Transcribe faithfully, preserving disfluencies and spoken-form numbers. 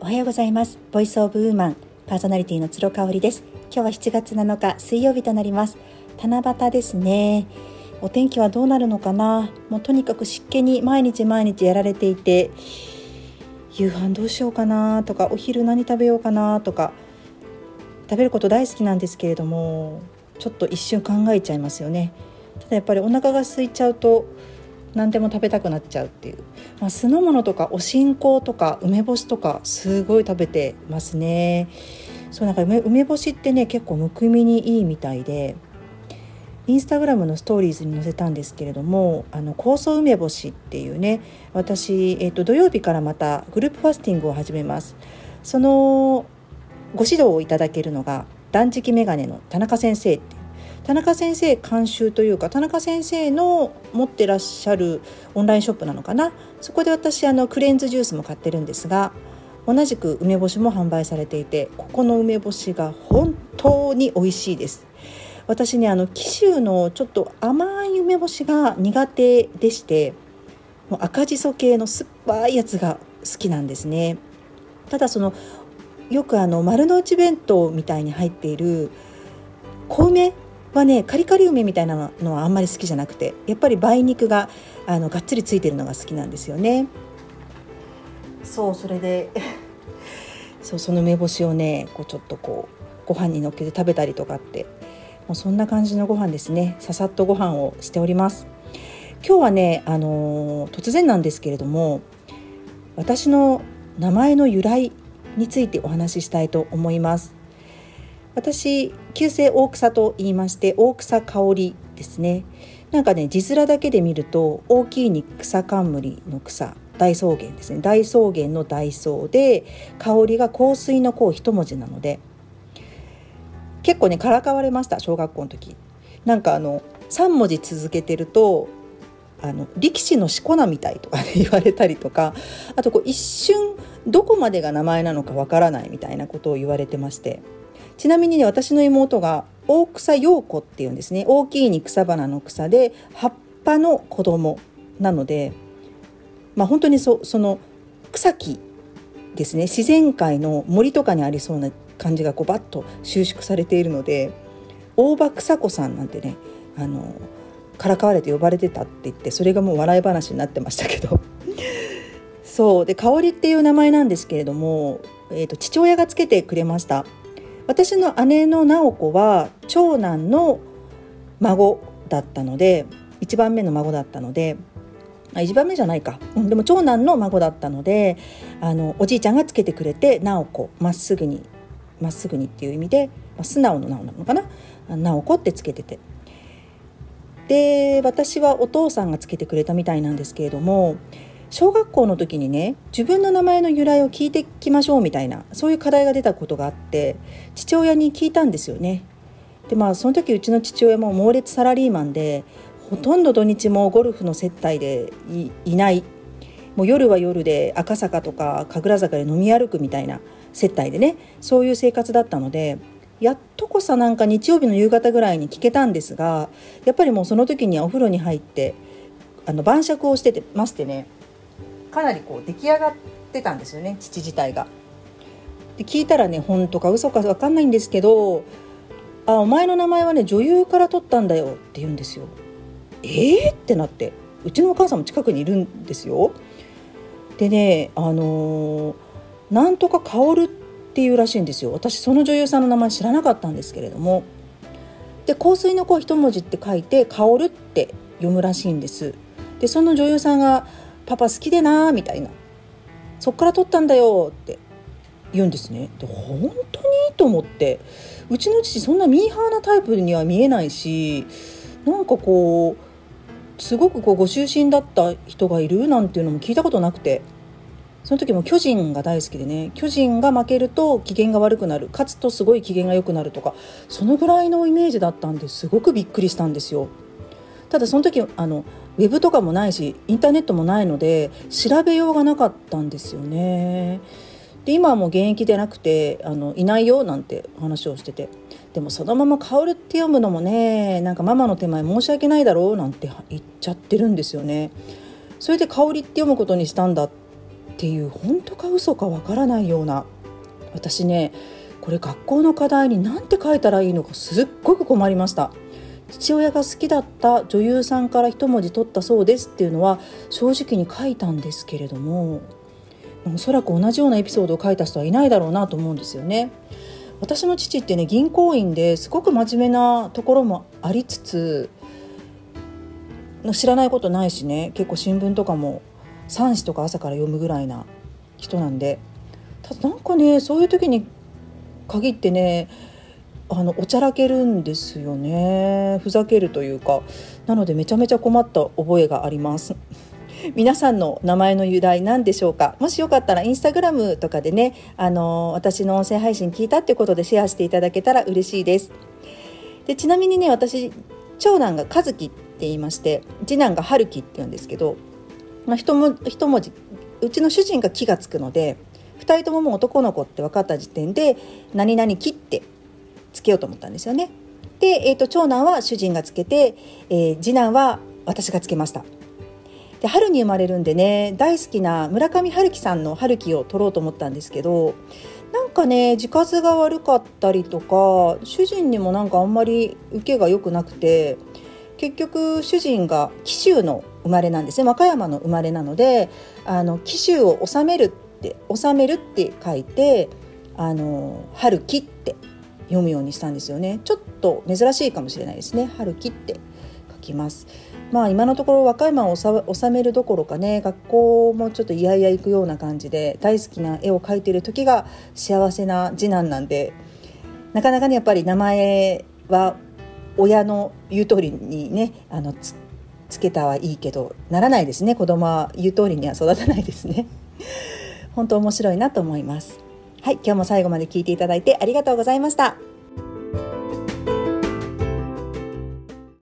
おはようございます。ボイスオブウーマンパーソナリティの鶴香織です。今日はしちがつなのか水曜日となります。七夕ですね。お天気はどうなるのかな。もうとにかく湿気に毎日毎日やられていて、夕飯どうしようかなとか、お昼何食べようかなとか、食べること大好きなんですけれども、ちょっと一瞬考えちゃいますよね。ただやっぱりお腹が空いちゃうと何でも食べたくなっちゃうっていう、まあ、酢の物とかお新香とか梅干しとかすごい食べてますね。そうなんか 梅, 梅干しってね結構むくみにいいみたいで、インスタグラムのストーリーズに載せたんですけれども、あの酵素梅干しっていうね、私、えーと、土曜日からまたグループファスティングを始めます。そのご指導をいただけるのが断食メガネの田中先生って、田中先生監修というか、田中先生の持ってらっしゃるオンラインショップなのかな。そこで私あのクレンズジュースも買ってるんですが、同じく梅干しも販売されていて、ここの梅干しが本当に美味しいです。私ね、あの紀州のちょっと甘い梅干しが苦手でして、もう赤じそ系の酸っぱいやつが好きなんですね。ただそのよくあの丸の内弁当みたいに入っている小梅はね、カリカリ梅みたいなのはあんまり好きじゃなくて、やっぱり梅肉があのがっつりついてるのが好きなんですよね。そう、それでそう、その梅干しをねこうちょっとこうご飯にのっけて食べたりとかって、もうそんな感じのご飯ですね。ささっとご飯をしております。今日はね、あのー、突然なんですけれども、私の名前の由来についてお話ししたいと思います。私、旧姓大草と言いまして、大草香織ですね。なんかね、字面だけで見ると大きいに草冠の草、大草原ですね。大草原の大草で、香りが香水の香一文字なので、結構ねからかわれました、小学校の時。なんかあのさん文字続けてるとあの力士のしこ名みたいとか、ね、言われたりとか、あとこう一瞬どこまでが名前なのかわからないみたいなことを言われてまして、ちなみにね、私の妹が大草陽子っていうんですね。大きいに草花の草で葉っぱの子供なので、まあ本当に そ, その草木ですね。自然界の森とかにありそうな感じがこうバッと収縮されているので、大場草子さんなんてね、あのからかわれて呼ばれてたって言って、それがもう笑い話になってましたけどそうで、香織っていう名前なんですけれども、えーと、父親がつけてくれました。私の姉の直子は長男の孫だったので、いちばんめの孫だったので、あいちばんめじゃないか、うん、でも長男の孫だったので、あのおじいちゃんがつけてくれて、直子、まっすぐにまっすぐにっていう意味で、まあ、素直の直なのかな、直子ってつけてて、で私はお父さんがつけてくれたみたいなんですけれども、小学校の時にね、自分の名前の由来を聞いてきましょうみたいな、そういう課題が出たことがあって、父親に聞いたんですよね。でまあその時うちの父親も猛烈サラリーマンで、ほとんど土日もゴルフの接待で い, いない、もう夜は夜で赤坂とか神楽坂で飲み歩くみたいな接待でね、そういう生活だったので、やっとこさなんか日曜日の夕方ぐらいに聞けたんですが、やっぱりもうその時にはお風呂に入ってあの晩酌をしててましてね、かなりこう出来上がってたんですよね、父自体が。で聞いたらね、本当か嘘か分かんないんですけど、あ、お前の名前はね女優から取ったんだよって言うんですよ。えーってなって、うちのお母さんも近くにいるんですよ。でね、あのー、なんとか薫っていうらしいんですよ。私その女優さんの名前知らなかったんですけれども、で香水の香一文字って書いて薫って読むらしいんです。でその女優さんがパパ好きでなみたいな、そっから取ったんだよって言うんですね。で本当にと思って、うちの父そんなミーハーなタイプには見えないし、なんかこうすごくこうご就寝だった人がいるなんていうのも聞いたことなくて、その時も巨人が大好きでね、巨人が負けると機嫌が悪くなる、勝つとすごい機嫌が良くなるとか、そのぐらいのイメージだったんですごくびっくりしたんですよ。ただその時あのウェブとかもないしインターネットもないので調べようがなかったんですよね。で今はもう現役でなくて、あのいないよなんて話をしてて、でもそのまま薫って読むのもね、なんかママの手前申し訳ないだろうなんて言っちゃってるんですよね。それで香りって読むことにしたんだっっていう、本当か嘘かわからないような、私ねこれ学校の課題に何て書いたらいいのかすっごく困りました。父親が好きだった女優さんから一文字取ったそうですっていうのは正直に書いたんですけれども、おそらく同じようなエピソードを書いた人はいないだろうなと思うんですよね。私の父ってね銀行員ですごく真面目なところもありつつ、知らないことないしね、結構新聞とかもさん紙とか朝から読むぐらいな人なんで、ただなんかねそういう時に限ってねあのおちゃらけるんですよね。ふざけるというか、なのでめちゃめちゃ困った覚えがあります皆さんの名前の由来何でしょうか。もしよかったらインスタグラムとかでね、あの私の音声配信聞いたってことでシェアしていただけたら嬉しいです。でちなみにね、私長男が和樹って言いまして、次男が春樹って言うんですけど、まあ、一文一文字うちの主人が木がつくので、ふたりとももう男の子って分かった時点で何々木ってつけようと思ったんですよね。で、えーと、長男は主人がつけて、えー、次男は私がつけました。で春に生まれるんでね、大好きな村上春樹さんの春樹を取ろうと思ったんですけど、なんかね字数が悪かったりとか、主人にもなんかあんまり受けが良くなくて、結局主人が紀州の生まれなんですね。和歌山の生まれなので、あの紀州を治めるって治めるって書いて、あの春樹って読むようにしたんですよね。ちょっと珍しいかもしれないですね。春樹って書きます。まあ今のところ和歌山を治めるどころかね、学校もちょっといやいや行くような感じで、大好きな絵を描いている時が幸せな次男なんで、なかなかねやっぱり名前は親の言う通りにね、あの つ, つけたはいいけどならないですね。子供は言う通りには育たないですね本当面白いなと思います。はい、今日も最後まで聞いていただいてありがとうございました。